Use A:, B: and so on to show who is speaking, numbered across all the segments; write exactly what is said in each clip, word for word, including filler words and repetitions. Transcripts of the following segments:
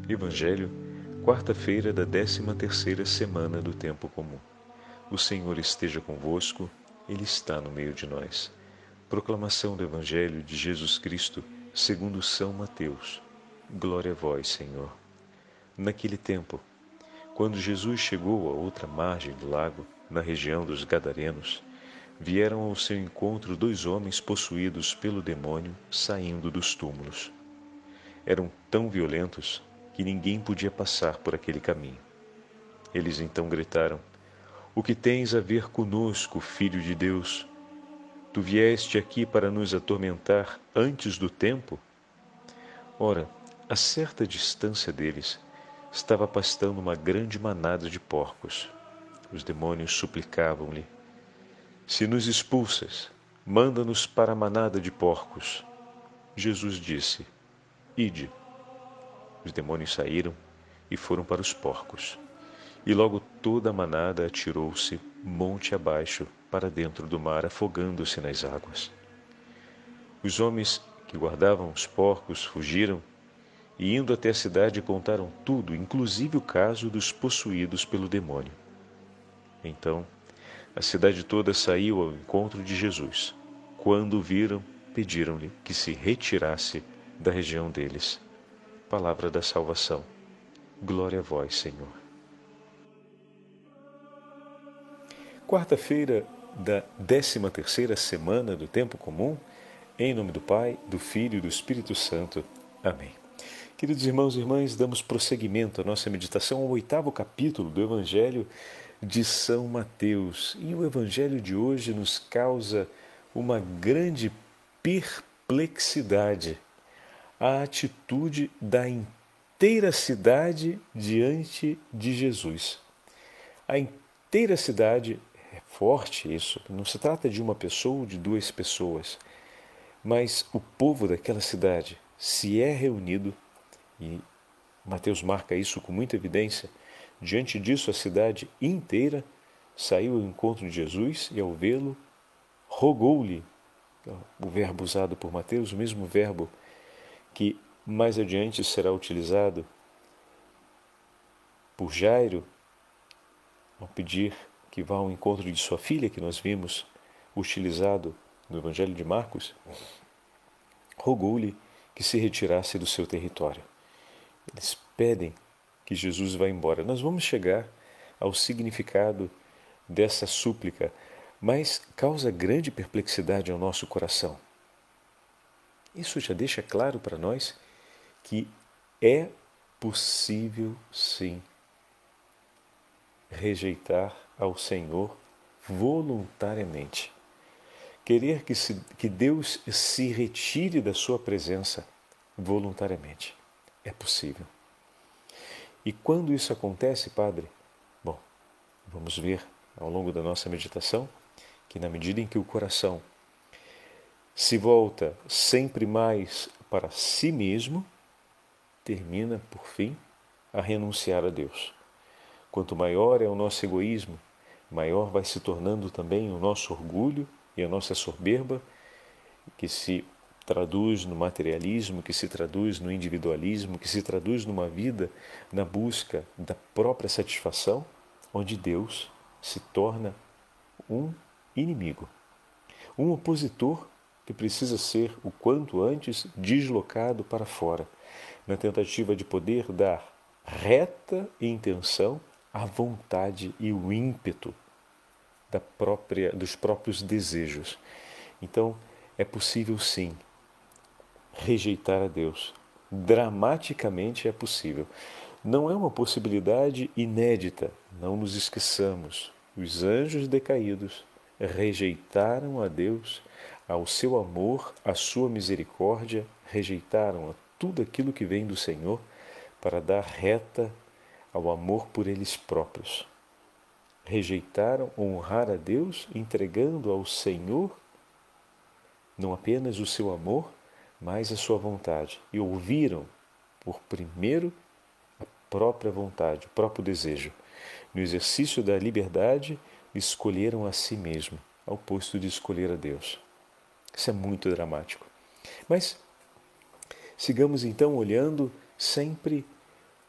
A: Evangelho, quarta-feira da décima terceira semana do tempo comum. O Senhor esteja convosco, Ele está no meio de nós. Proclamação do Evangelho de Jesus Cristo, segundo São Mateus. Glória a vós, Senhor. Naquele tempo, quando Jesus chegou à outra margem do lago, na região dos Gadarenos, vieram ao seu encontro dois homens possuídos pelo demônio, saindo dos túmulos. Eram tão violentos que ninguém podia passar por aquele caminho. Eles então gritaram: "O que tens a ver conosco, Filho de Deus? Tu vieste aqui para nos atormentar antes do tempo?" Ora, a certa distância deles, estava pastando uma grande manada de porcos. Os demônios suplicavam-lhe: "Se nos expulsas, manda-nos para a manada de porcos." Jesus disse: "Ide." Os demônios saíram e foram para os porcos. E logo toda a manada atirou-se monte abaixo para dentro do mar, afogando-se nas águas. Os homens que guardavam os porcos fugiram e, indo até a cidade, contaram tudo, inclusive o caso dos possuídos pelo demônio. Então, a cidade toda saiu ao encontro de Jesus. Quando o viram, pediram-lhe que se retirasse da região deles. Palavra da salvação. Glória a vós, Senhor. Quarta-feira da décima terceira semana do tempo comum, em nome do Pai, do Filho e do Espírito Santo. Amém. Queridos irmãos e irmãs, damos prosseguimento à nossa meditação ao oitavo capítulo do Evangelho de São Mateus. E o Evangelho de hoje nos causa uma grande perplexidade. A atitude da inteira cidade diante de Jesus. A inteira cidade, é forte isso, não se trata de uma pessoa ou de duas pessoas, mas o povo daquela cidade se é reunido, e Mateus marca isso com muita evidência. Diante disso, a cidade inteira saiu ao encontro de Jesus e, ao vê-lo, rogou-lhe, o verbo usado por Mateus, o mesmo verbo que mais adiante será utilizado por Jairo, ao pedir que vá ao encontro de sua filha, que nós vimos utilizado no Evangelho de Marcos, rogou-lhe que se retirasse do seu território. Eles pedem que Jesus vá embora. Nós vamos chegar ao significado dessa súplica, mas causa grande perplexidade ao nosso coração. Isso já deixa claro para nós que é possível, sim, rejeitar ao Senhor voluntariamente. Querer que, se, que Deus se retire da sua presença voluntariamente. É possível. E quando isso acontece, Padre? Bom, vamos ver ao longo da nossa meditação que, na medida em que o coração se volta sempre mais para si mesmo, termina, por fim, a renunciar a Deus. Quanto maior é o nosso egoísmo, maior vai se tornando também o nosso orgulho e a nossa soberba, que se traduz no materialismo, que se traduz no individualismo, que se traduz numa vida na busca da própria satisfação, onde Deus se torna um inimigo, um opositor que precisa ser o quanto antes deslocado para fora, na tentativa de poder dar reta intenção à vontade e o ímpeto da própria, dos próprios desejos. Então, é possível sim rejeitar a Deus. Dramaticamente é possível. Não é uma possibilidade inédita, não nos esqueçamos. Os anjos decaídos rejeitaram a Deus, ao seu amor, à sua misericórdia, rejeitaram a tudo aquilo que vem do Senhor para dar reta ao amor por eles próprios. Rejeitaram honrar a Deus, entregando ao Senhor não apenas o seu amor, mas a sua vontade. E ouviram, por primeiro, a própria vontade, o próprio desejo. No exercício da liberdade, escolheram a si mesmo, ao posto de escolher a Deus. Isso é muito dramático. Mas sigamos então olhando sempre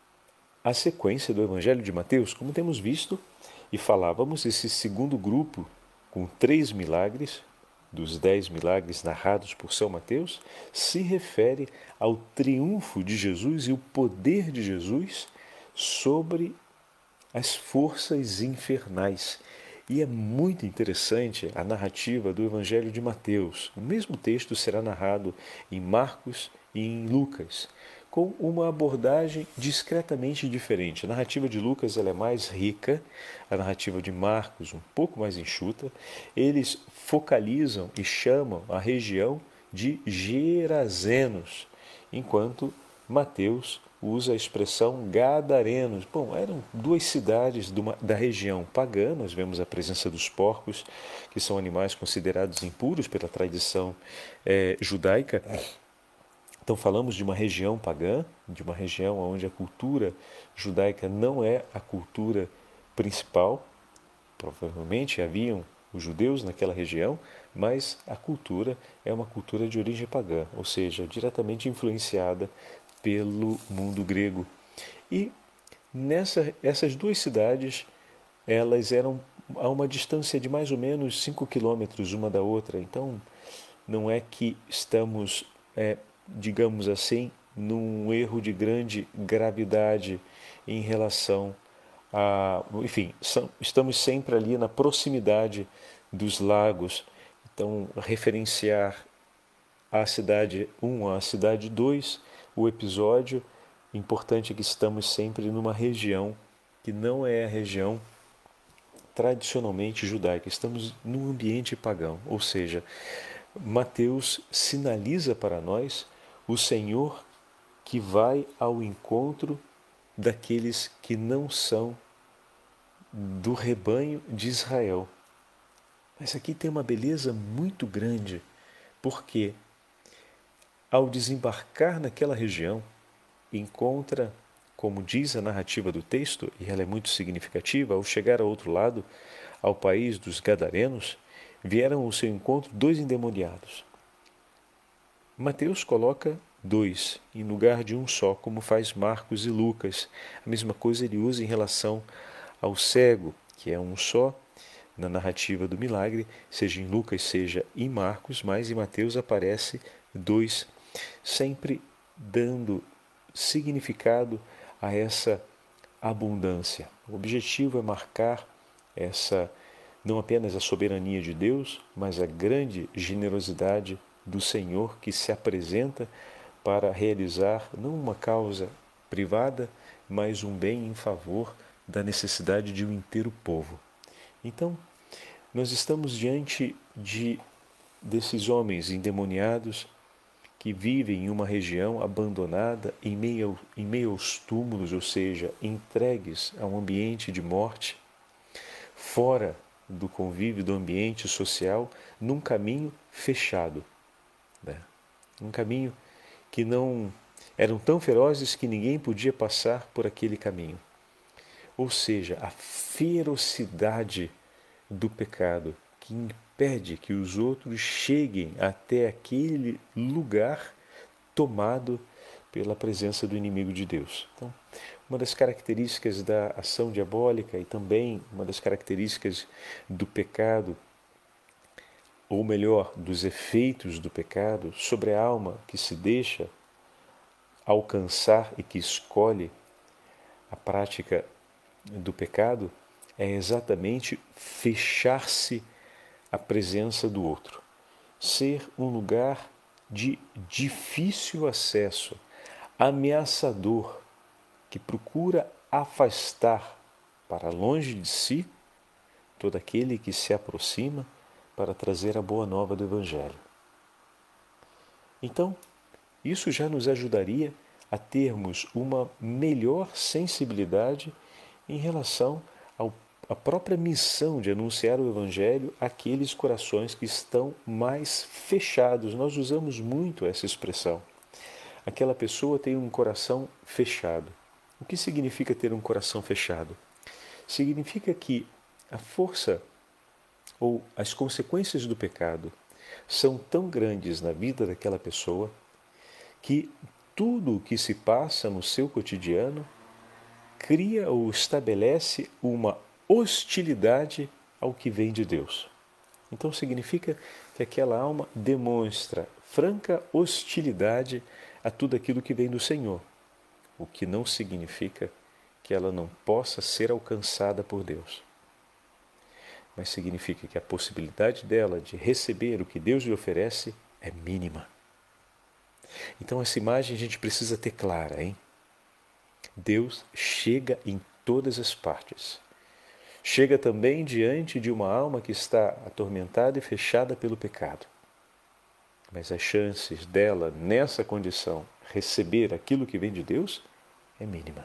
A: a sequência do Evangelho de Mateus, como temos visto e falávamos, esse segundo grupo, com três milagres, dos dez milagres narrados por São Mateus, se refere ao triunfo de Jesus e o poder de Jesus sobre as forças infernais. E é muito interessante a narrativa do Evangelho de Mateus. O mesmo texto será narrado em Marcos e em Lucas, com uma abordagem discretamente diferente. A narrativa de Lucas ela é mais rica, a narrativa de Marcos um pouco mais enxuta. Eles focalizam e chamam a região de Gerazenos, enquanto Mateus usa a expressão gadarenos. Bom, eram duas cidades da região pagã. Nós vemos a presença dos porcos, que são animais considerados impuros pela tradição é, judaica. Então falamos de uma região pagã, de uma região onde a cultura judaica não é a cultura principal. Provavelmente haviam os judeus naquela região, mas a cultura é uma cultura de origem pagã, ou seja, diretamente influenciada pelo mundo grego. E nessa, essas duas cidades, elas eram a uma distância de mais ou menos cinco quilômetros uma da outra. Então, não é que estamos, é, digamos assim, num erro de grande gravidade em relação a... Enfim, são, estamos sempre ali na proximidade dos lagos. Então, referenciar a cidade um à cidade dois, o episódio, importante é que estamos sempre numa região que não é a região tradicionalmente judaica, estamos num ambiente pagão, ou seja, Mateus sinaliza para nós o Senhor que vai ao encontro daqueles que não são do rebanho de Israel. Mas aqui tem uma beleza muito grande, porque ao desembarcar naquela região, encontra, como diz a narrativa do texto, e ela é muito significativa, ao chegar ao outro lado, ao país dos Gadarenos, vieram ao seu encontro dois endemoniados. Mateus coloca dois em lugar de um só, como faz Marcos e Lucas. A mesma coisa ele usa em relação ao cego, que é um só, na narrativa do milagre, seja em Lucas, seja em Marcos, mas em Mateus aparece dois, sempre dando significado a essa abundância. O objetivo é marcar essa, não apenas a soberania de Deus, mas a grande generosidade do Senhor que se apresenta para realizar não uma causa privada, mas um bem em favor da necessidade de um inteiro povo. Então, nós estamos diante de desses homens endemoniados que vivem em uma região abandonada, em meio, em meio aos túmulos, ou seja, entregues a um ambiente de morte, fora do convívio do ambiente social, num caminho fechado. Né? Um caminho que não eram tão ferozes que ninguém podia passar por aquele caminho. Ou seja, a ferocidade do pecado que impede que os outros cheguem até aquele lugar tomado pela presença do inimigo de Deus. Então, uma das características da ação diabólica e também uma das características do pecado, ou melhor, dos efeitos do pecado sobre a alma que se deixa alcançar e que escolhe a prática do pecado, é exatamente fechar-se à presença do outro, ser um lugar de difícil acesso, ameaçador, que procura afastar para longe de si todo aquele que se aproxima para trazer a boa nova do Evangelho. Então, isso já nos ajudaria a termos uma melhor sensibilidade em relação ao a própria missão de anunciar o Evangelho àqueles corações que estão mais fechados. Nós usamos muito essa expressão. Aquela pessoa tem um coração fechado. O que significa ter um coração fechado? Significa que a força ou as consequências do pecado são tão grandes na vida daquela pessoa que tudo o que se passa no seu cotidiano cria ou estabelece uma hostilidade ao que vem de Deus. Então significa que aquela alma demonstra franca hostilidade a tudo aquilo que vem do Senhor, o que não significa que ela não possa ser alcançada por Deus. Mas significa que a possibilidade dela de receber o que Deus lhe oferece é mínima. Então essa imagem a gente precisa ter clara, hein? Deus chega em todas as partes. Chega também diante de uma alma que está atormentada e fechada pelo pecado. Mas as chances dela, nessa condição, receber aquilo que vem de Deus é mínima.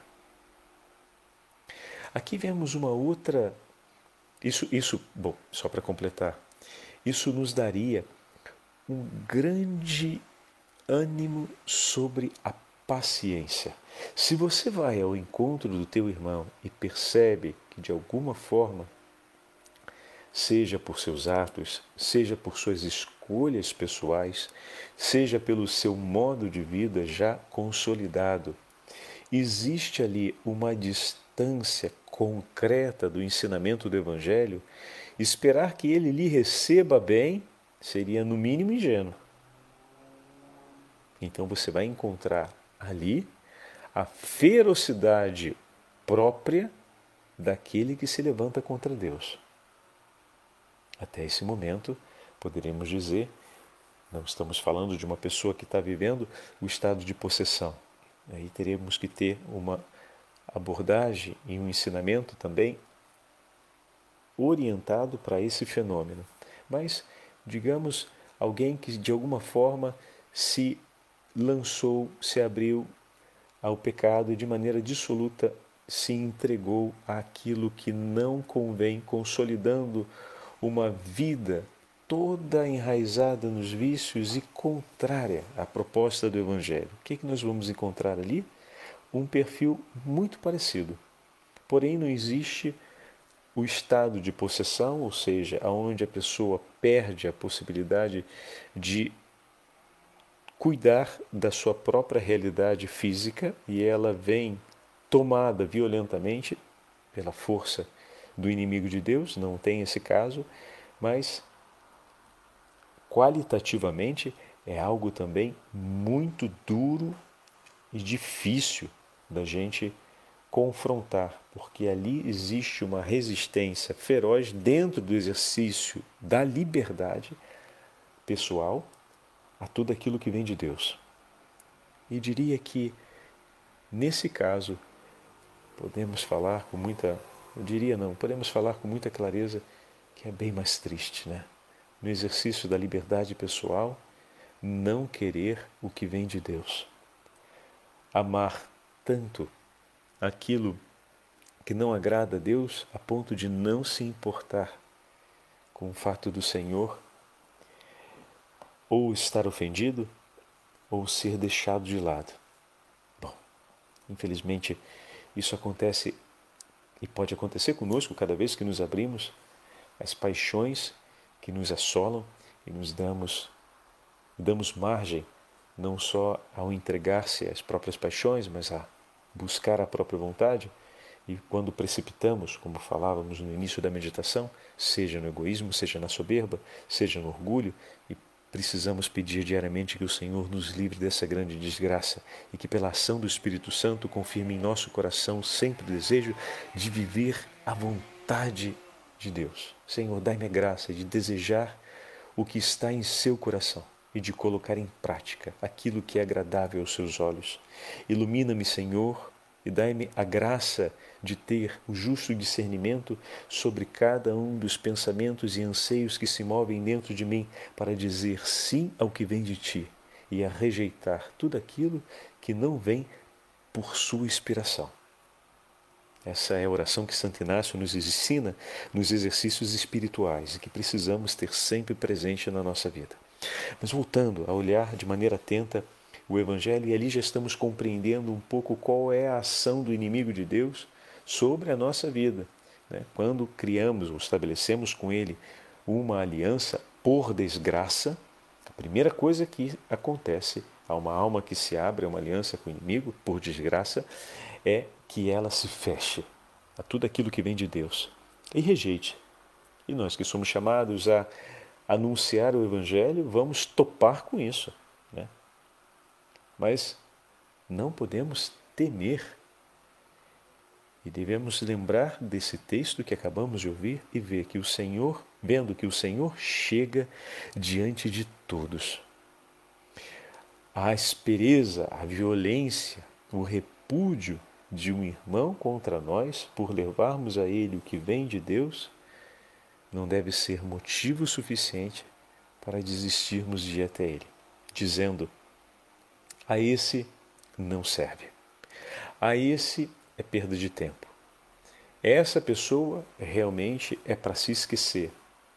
A: Aqui vemos uma outra... Isso, isso bom, só para completar, isso nos daria um grande ânimo sobre a paciência. Se você vai ao encontro do teu irmão e percebe que de alguma forma, seja por seus atos, seja por suas escolhas pessoais, seja pelo seu modo de vida já consolidado, existe ali uma distância concreta do ensinamento do Evangelho, esperar que ele lhe receba bem seria no mínimo ingênuo. Então você vai encontrar ali a ferocidade própria daquele que se levanta contra Deus. Até esse momento, poderemos dizer, não estamos falando de uma pessoa que está vivendo o estado de possessão. Aí teremos que ter uma abordagem e um ensinamento também orientado para esse fenômeno. Mas, digamos, alguém que de alguma forma se lançou, se abriu ao pecado e de maneira dissoluta se entregou àquilo que não convém, consolidando uma vida toda enraizada nos vícios e contrária à proposta do Evangelho. O que é que nós vamos encontrar ali? Um perfil muito parecido. Porém, não existe o estado de possessão, ou seja, onde a pessoa perde a possibilidade de cuidar da sua própria realidade física e ela vem tomada violentamente pela força do inimigo de Deus, não tem esse caso, mas qualitativamente é algo também muito duro e difícil da gente confrontar, porque ali existe uma resistência feroz dentro do exercício da liberdade pessoal a tudo aquilo que vem de Deus. E diria que, nesse caso, podemos falar com muita, eu diria não, podemos falar com muita clareza que é bem mais triste, né? No exercício da liberdade pessoal, não querer o que vem de Deus. Amar tanto aquilo que não agrada a Deus a ponto de não se importar com o fato do Senhor ou estar ofendido ou ser deixado de lado. Bom, infelizmente isso acontece e pode acontecer conosco cada vez que nos abrimos às paixões que nos assolam e nos damos, damos margem não só ao entregar-se às próprias paixões, mas a buscar a própria vontade. E quando precipitamos, como falávamos no início da meditação, seja no egoísmo, seja na soberba, seja no orgulho, e precisamos pedir diariamente que o Senhor nos livre dessa grande desgraça e que pela ação do Espírito Santo confirme em nosso coração sempre o desejo de viver a vontade de Deus. Senhor, dai-me a graça de desejar o que está em seu coração e de colocar em prática aquilo que é agradável aos seus olhos. Ilumina-me, Senhor, e dai-me a graça de ter o justo discernimento sobre cada um dos pensamentos e anseios que se movem dentro de mim para dizer sim ao que vem de Ti e a rejeitar tudo aquilo que não vem por sua inspiração. Essa é a oração que Santo Inácio nos ensina nos exercícios espirituais e que precisamos ter sempre presente na nossa vida. Mas voltando a olhar de maneira atenta o Evangelho, e ali já estamos compreendendo um pouco qual é a ação do inimigo de Deus sobre a nossa vida. Né? Quando criamos ou estabelecemos com ele uma aliança por desgraça, a primeira coisa que acontece a uma alma que se abre a uma aliança com o inimigo por desgraça é que ela se feche a tudo aquilo que vem de Deus e rejeite. E nós que somos chamados a anunciar o Evangelho, vamos topar com isso, né? Mas não podemos temer. E devemos lembrar desse texto que acabamos de ouvir e ver que o Senhor, vendo que o Senhor chega diante de todos. A aspereza, a violência, o repúdio de um irmão contra nós por levarmos a ele o que vem de Deus não deve ser motivo suficiente para desistirmos de ir até ele, dizendo: a esse não serve, a esse é perda de tempo, essa pessoa realmente é para se esquecer.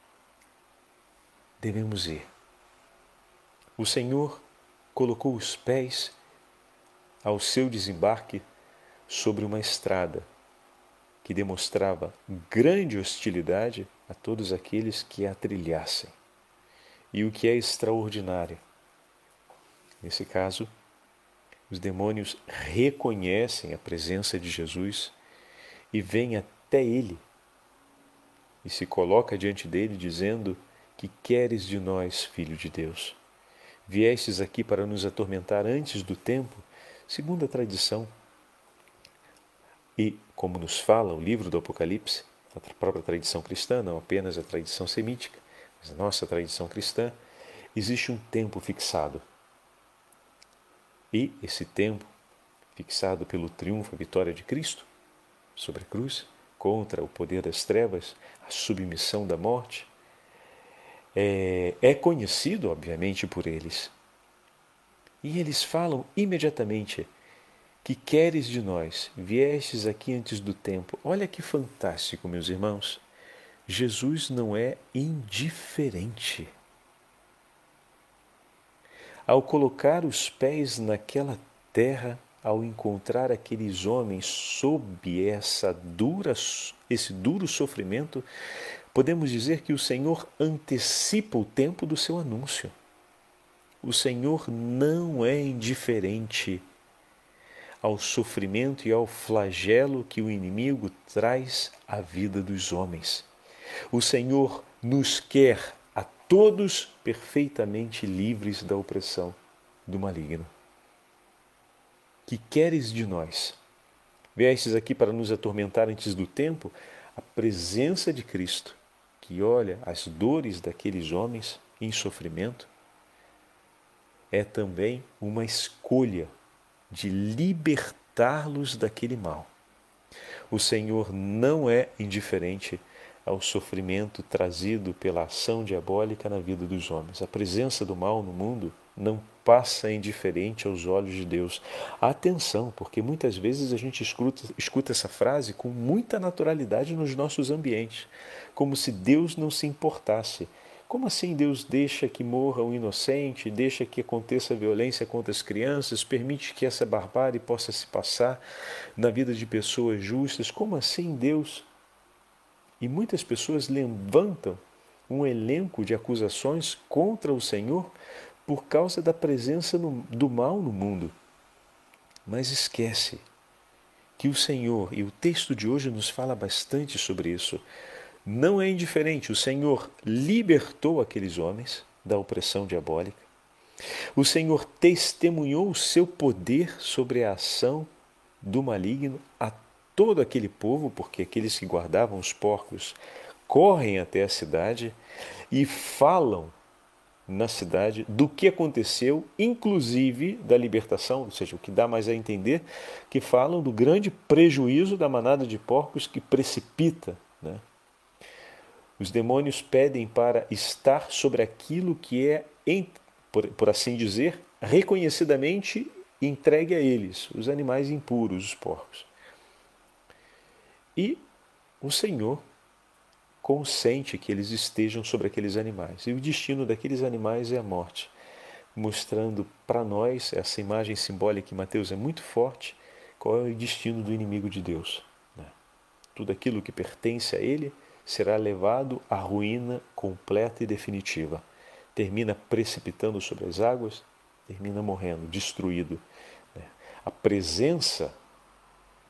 A: Devemos ir. O Senhor colocou os pés ao seu desembarque sobre uma estrada que demonstrava grande hostilidade a todos aqueles que a trilhassem. E o que é extraordinário, nesse caso, os demônios reconhecem a presença de Jesus e vêm até ele e se coloca diante dele dizendo: que queres de nós, Filho de Deus? Viestes aqui para nos atormentar antes do tempo, segundo a tradição. E, como nos fala o livro do Apocalipse, a própria tradição cristã, não apenas a tradição semítica, mas a nossa tradição cristã, existe um tempo fixado. E esse tempo, fixado pelo triunfo, a vitória de Cristo sobre a cruz, contra o poder das trevas, a submissão da morte, é, é conhecido, obviamente, por eles. E eles falam imediatamente: que queres de nós? Viestes aqui antes do tempo. Olha que fantástico, meus irmãos. Jesus não é indiferente. Ao colocar os pés naquela terra, ao encontrar aqueles homens sob essa dura, esse duro sofrimento, podemos dizer que o Senhor antecipa o tempo do seu anúncio. O Senhor não é indiferente ao sofrimento e ao flagelo que o inimigo traz à vida dos homens. O Senhor nos quer a todos perfeitamente livres da opressão do maligno. Que queres de nós? Viestes aqui para nos atormentar antes do tempo? A presença de Cristo, que olha as dores daqueles homens em sofrimento, é também uma escolha de libertá-los daquele mal. O Senhor não é indiferente ao sofrimento trazido pela ação diabólica na vida dos homens. A presença do mal no mundo não passa indiferente aos olhos de Deus. Atenção, porque muitas vezes a gente escuta, escuta essa frase com muita naturalidade nos nossos ambientes, como se Deus não se importasse. Como assim Deus deixa que morra um inocente, deixa que aconteça violência contra as crianças, permite que essa barbárie possa se passar na vida de pessoas justas? Como assim Deus? E muitas pessoas levantam um elenco de acusações contra o Senhor por causa da presença no, do mal no mundo. Mas esquece que o Senhor, e o texto de hoje nos fala bastante sobre isso, não é indiferente. O Senhor libertou aqueles homens da opressão diabólica. O Senhor testemunhou o seu poder sobre a ação do maligno a todo aquele povo, porque aqueles que guardavam os porcos correm até a cidade e falam na cidade do que aconteceu, inclusive da libertação, ou seja, o que dá mais a entender, que falam do grande prejuízo da manada de porcos que precipita, né? Os demônios pedem para estar sobre aquilo que é, por, por assim dizer, reconhecidamente entregue a eles, os animais impuros, os porcos. E o Senhor consente que eles estejam sobre aqueles animais. E o destino daqueles animais é a morte, mostrando para nós, essa imagem simbólica em Mateus é muito forte, qual é o destino do inimigo de Deus. Né? Tudo aquilo que pertence a ele será levado à ruína completa e definitiva. Termina precipitando sobre as águas, termina morrendo, destruído. A presença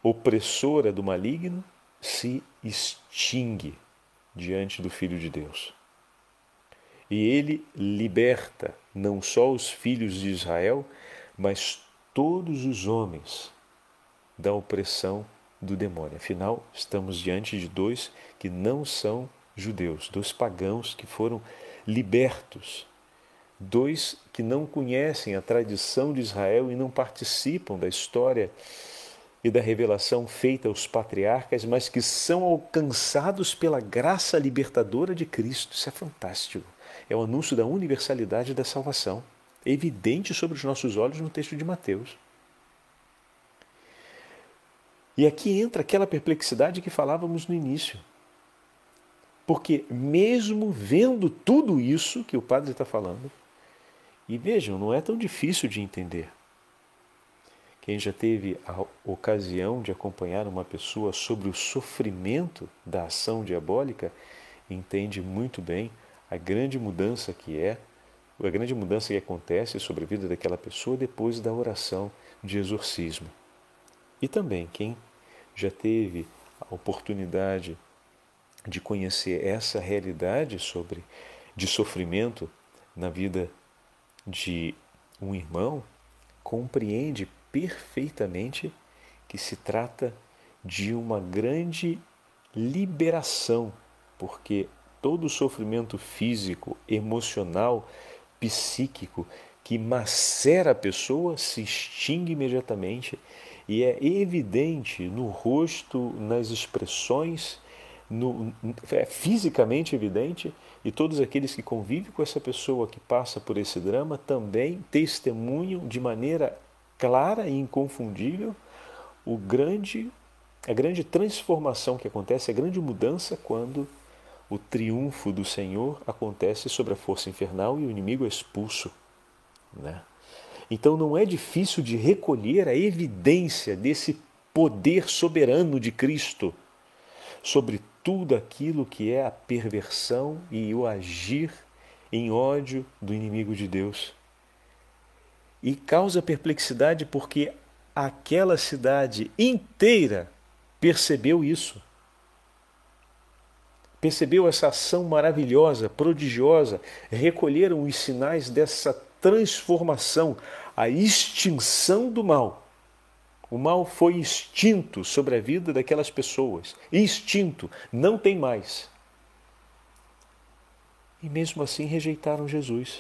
A: opressora do maligno se extingue diante do Filho de Deus. E ele liberta não só os filhos de Israel, mas todos os homens da opressão do demônio. Afinal, estamos diante de dois que não são judeus, dois pagãos que foram libertos, dois que não conhecem a tradição de Israel e não participam da história e da revelação feita aos patriarcas, mas que são alcançados pela graça libertadora de Cristo. Isso é fantástico. É o anúncio da universalidade da salvação, evidente sobre os nossos olhos no texto de Mateus. E aqui entra aquela perplexidade que falávamos no início. Porque mesmo vendo tudo isso que o padre está falando, e vejam, não é tão difícil de entender. Quem já teve a ocasião de acompanhar uma pessoa sobre o sofrimento da ação diabólica, entende muito bem a grande mudança que é, a grande mudança que acontece sobre a vida daquela pessoa depois da oração de exorcismo. E também quem já teve a oportunidade de conhecer essa realidade sobre de sofrimento na vida de um irmão, compreende perfeitamente que se trata de uma grande liberação, porque todo o sofrimento físico, emocional, psíquico que macera a pessoa se extingue imediatamente e é evidente no rosto, nas expressões, no, é fisicamente evidente, e todos aqueles que convivem com essa pessoa que passa por esse drama também testemunham de maneira clara e inconfundível o grande, a grande transformação que acontece, a grande mudança quando o triunfo do Senhor acontece sobre a força infernal e o inimigo é expulso, né? Então não é difícil de recolher a evidência desse poder soberano de Cristo sobre tudo aquilo que é a perversão e o agir em ódio do inimigo de Deus. E causa perplexidade porque aquela cidade inteira percebeu isso. Percebeu essa ação maravilhosa, prodigiosa, recolheram os sinais dessa transformação, a extinção do mal. O mal foi extinto sobre a vida daquelas pessoas. Extinto, não tem mais. E mesmo assim rejeitaram Jesus.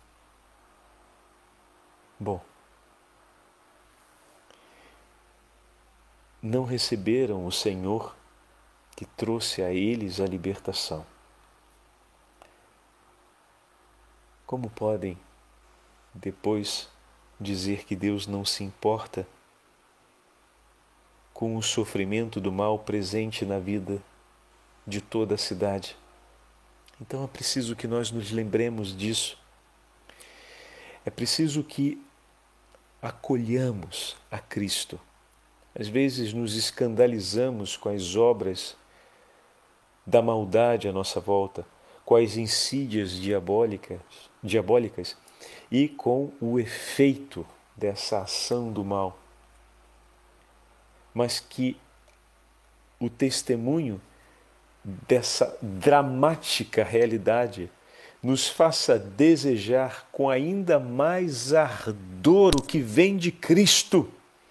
A: Bom, não receberam o Senhor que trouxe a eles a libertação. Como podem depois dizer que Deus não se importa com o sofrimento do mal presente na vida de toda a cidade? Então é preciso que nós nos lembremos disso. É preciso que acolhamos a Cristo. Às vezes nos escandalizamos com as obras da maldade à nossa volta, com as insídias diabólicas, diabólicas e com o efeito dessa ação do mal. Mas que o testemunho dessa dramática realidade nos faça desejar com ainda mais ardor o que vem de Cristo.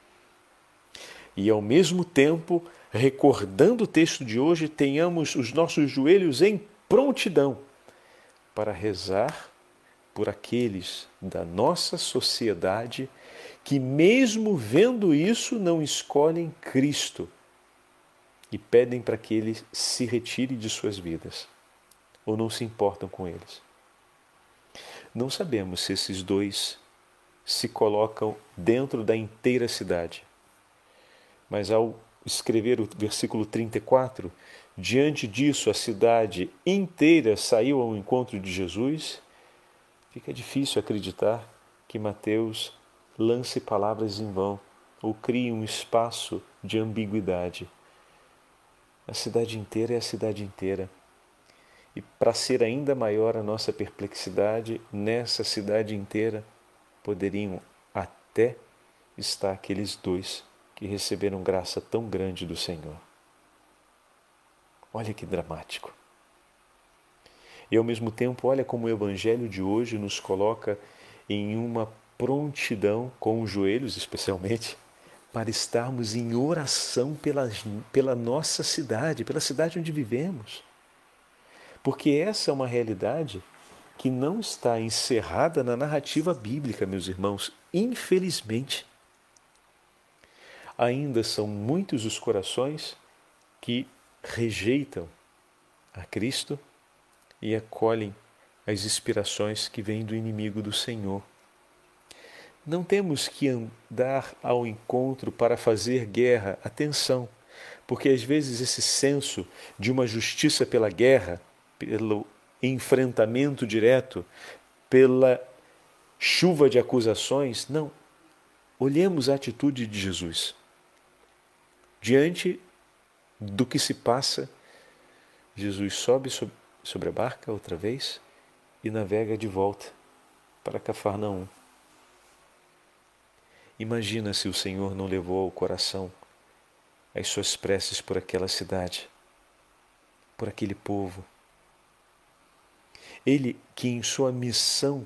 A: E ao mesmo tempo, recordando o texto de hoje, tenhamos os nossos joelhos em prontidão para rezar por aqueles da nossa sociedade que, mesmo vendo isso, não escolhem Cristo e pedem para que Ele se retire de suas vidas, ou não se importam com eles. Não sabemos se esses dois se colocam dentro da inteira cidade, mas ao escrever o versículo trinta e quatro, diante disso a cidade inteira saiu ao encontro de Jesus, fica difícil acreditar que Mateus lance palavras em vão ou crie um espaço de ambiguidade. A cidade inteira é a cidade inteira. E para ser ainda maior a nossa perplexidade, nessa cidade inteira poderiam até estar aqueles dois que receberam graça tão grande do Senhor. Olha que dramático. E ao mesmo tempo, olha como o Evangelho de hoje nos coloca em uma prontidão, com os joelhos especialmente, para estarmos em oração pela, pela nossa cidade, pela cidade onde vivemos. Porque essa é uma realidade que não está encerrada na narrativa bíblica, meus irmãos, infelizmente. Ainda são muitos os corações que rejeitam a Cristo e acolhem as inspirações que vêm do inimigo do Senhor. Não temos que andar ao encontro para fazer guerra, atenção, porque às vezes esse senso de uma justiça pela guerra, pelo enfrentamento direto, pela chuva de acusações, não. Olhemos a atitude de Jesus. Diante do que se passa, Jesus sobe sobre a barca outra vez e navega de volta para Cafarnaum. Imagina se o Senhor não levou ao coração as suas preces por aquela cidade, por aquele povo. Ele que em sua missão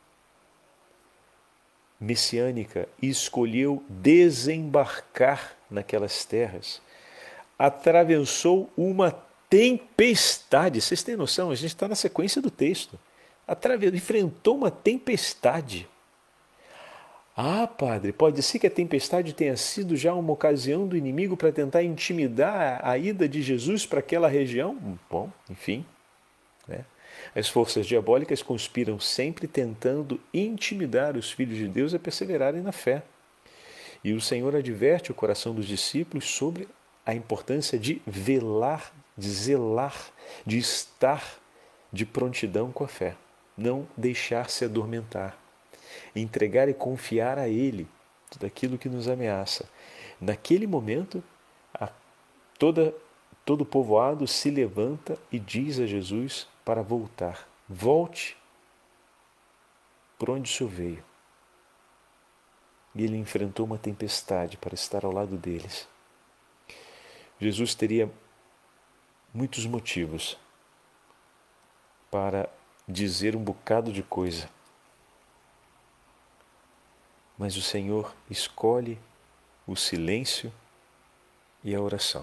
A: messiânica escolheu desembarcar naquelas terras, atravessou uma tempestade. Vocês têm noção? A gente está na sequência do texto. Atravessou, enfrentou uma tempestade. Ah, padre, pode ser que a tempestade tenha sido já uma ocasião do inimigo para tentar intimidar a ida de Jesus para aquela região? Bom, enfim, né? As forças diabólicas conspiram sempre tentando intimidar os filhos de Deus a perseverarem na fé. E o Senhor adverte o coração dos discípulos sobre a importância de velar, de zelar, de estar de prontidão com a fé. Não deixar-se adormentar. Entregar e confiar a Ele tudo aquilo que nos ameaça. Naquele momento, a, toda, todo o povoado se levanta e diz a Jesus para voltar. Volte por onde o Senhor veio. E ele enfrentou uma tempestade para estar ao lado deles. Jesus teria muitos motivos para dizer um bocado de coisa. Mas o Senhor escolhe o silêncio e a oração.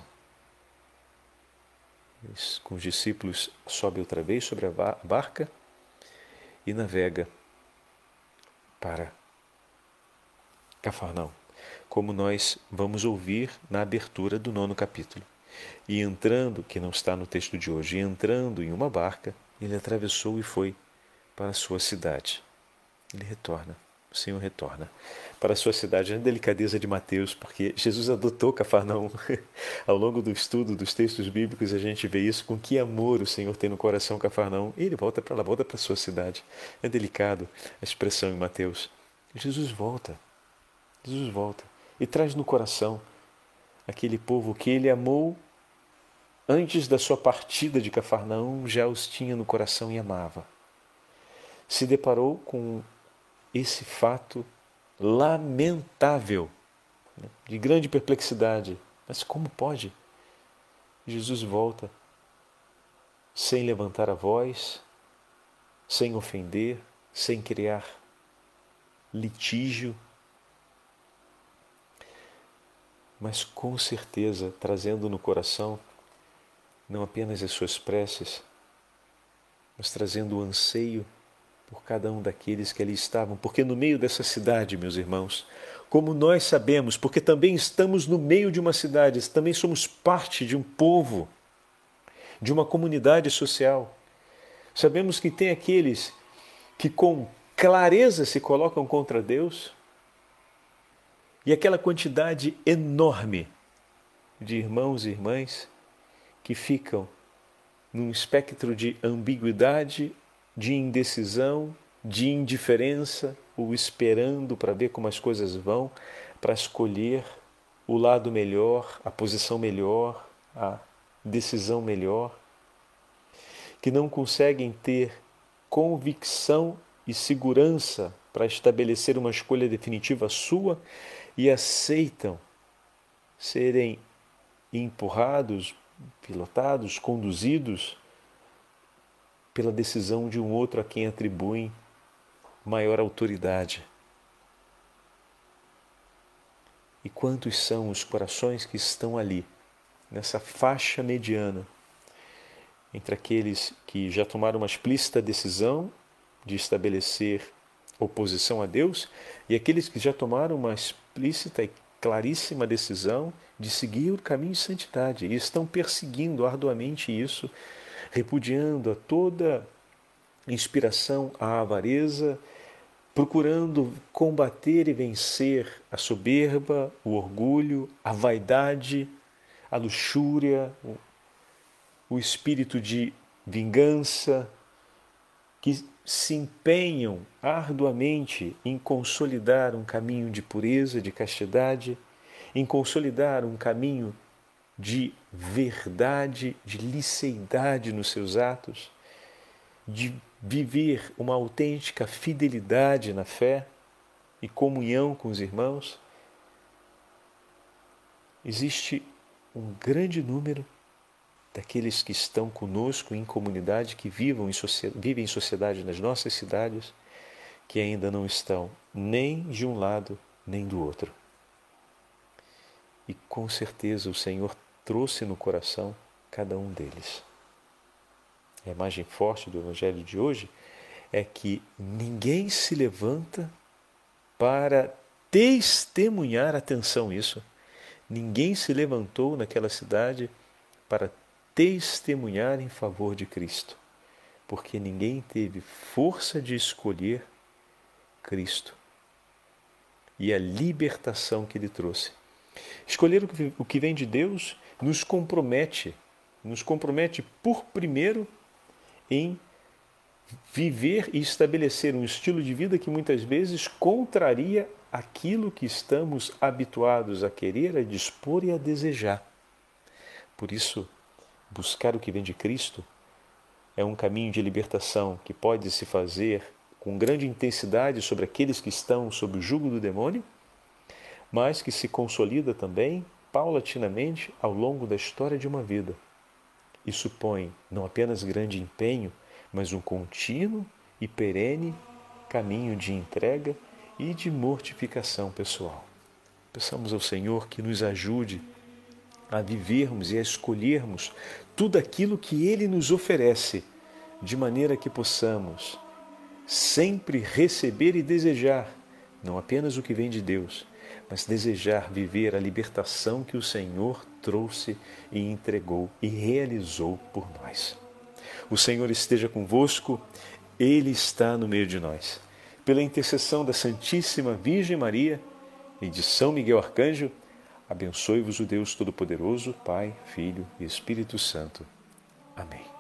A: Com os discípulos sobe outra vez sobre a barca e navega para Cafarnaum, como nós vamos ouvir na abertura do nono capítulo. E entrando, que não está no texto de hoje, entrando em uma barca, ele atravessou e foi para a sua cidade. Ele retorna. O Senhor retorna para a sua cidade, na delicadeza de Mateus, porque Jesus adotou Cafarnaum. Ao longo do estudo dos textos bíblicos, a gente vê isso, com que amor o Senhor tem no coração Cafarnaum. E ele volta para lá, volta para a sua cidade. É delicado a expressão em Mateus. Jesus volta, Jesus volta e traz no coração aquele povo que ele amou antes da sua partida de Cafarnaum, já os tinha no coração e amava. Se deparou com esse fato lamentável, de grande perplexidade. Mas como pode? Jesus volta sem levantar a voz, sem ofender, sem criar litígio, mas com certeza trazendo no coração não apenas as suas preces, mas trazendo o anseio por cada um daqueles que ali estavam, porque no meio dessa cidade, meus irmãos, como nós sabemos, porque também estamos no meio de uma cidade, também somos parte de um povo, de uma comunidade social. Sabemos que tem aqueles que com clareza se colocam contra Deus e aquela quantidade enorme de irmãos e irmãs que ficam num espectro de ambiguidade, de indecisão, de indiferença, ou esperando para ver como as coisas vão, para escolher o lado melhor, a posição melhor, a decisão melhor, que não conseguem ter convicção e segurança para estabelecer uma escolha definitiva sua e aceitam serem empurrados, pilotados, conduzidos pela decisão de um outro a quem atribuem maior autoridade. E quantos são os corações que estão ali, nessa faixa mediana, entre aqueles que já tomaram uma explícita decisão de estabelecer oposição a Deus e aqueles que já tomaram uma explícita e claríssima decisão de seguir o caminho de santidade e estão perseguindo arduamente isso, repudiando a toda inspiração à avareza, procurando combater e vencer a soberba, o orgulho, a vaidade, a luxúria, o espírito de vingança, que se empenham arduamente em consolidar um caminho de pureza, de castidade, em consolidar um caminho de verdade, de liceidade nos seus atos, de viver uma autêntica fidelidade na fé e comunhão com os irmãos. Existe um grande número daqueles que estão conosco em comunidade, que vivam em sociedade, vivem em sociedade nas nossas cidades, que ainda não estão nem de um lado nem do outro. E com certeza o Senhor trouxe no coração cada um deles. A imagem forte do Evangelho de hoje é que ninguém se levanta para testemunhar, atenção isso, ninguém se levantou naquela cidade para testemunhar em favor de Cristo, porque ninguém teve força de escolher Cristo e a libertação que Ele trouxe. Escolher o que vem de Deus nos compromete, nos compromete por primeiro em viver e estabelecer um estilo de vida que muitas vezes contraria aquilo que estamos habituados a querer, a dispor e a desejar. Por isso, buscar o que vem de Cristo é um caminho de libertação que pode se fazer com grande intensidade sobre aqueles que estão sob o jugo do demônio, mas que se consolida também paulatinamente ao longo da história de uma vida. E supõe não apenas grande empenho, mas um contínuo e perene caminho de entrega e de mortificação pessoal. Peçamos ao Senhor que nos ajude a vivermos e a escolhermos tudo aquilo que Ele nos oferece, de maneira que possamos sempre receber e desejar, não apenas o que vem de Deus, mas desejar viver a libertação que o Senhor trouxe e entregou e realizou por nós. O Senhor esteja convosco, Ele está no meio de nós. Pela intercessão da Santíssima Virgem Maria e de São Miguel Arcanjo, abençoe-vos o Deus Todo-Poderoso, Pai, Filho e Espírito Santo. Amém.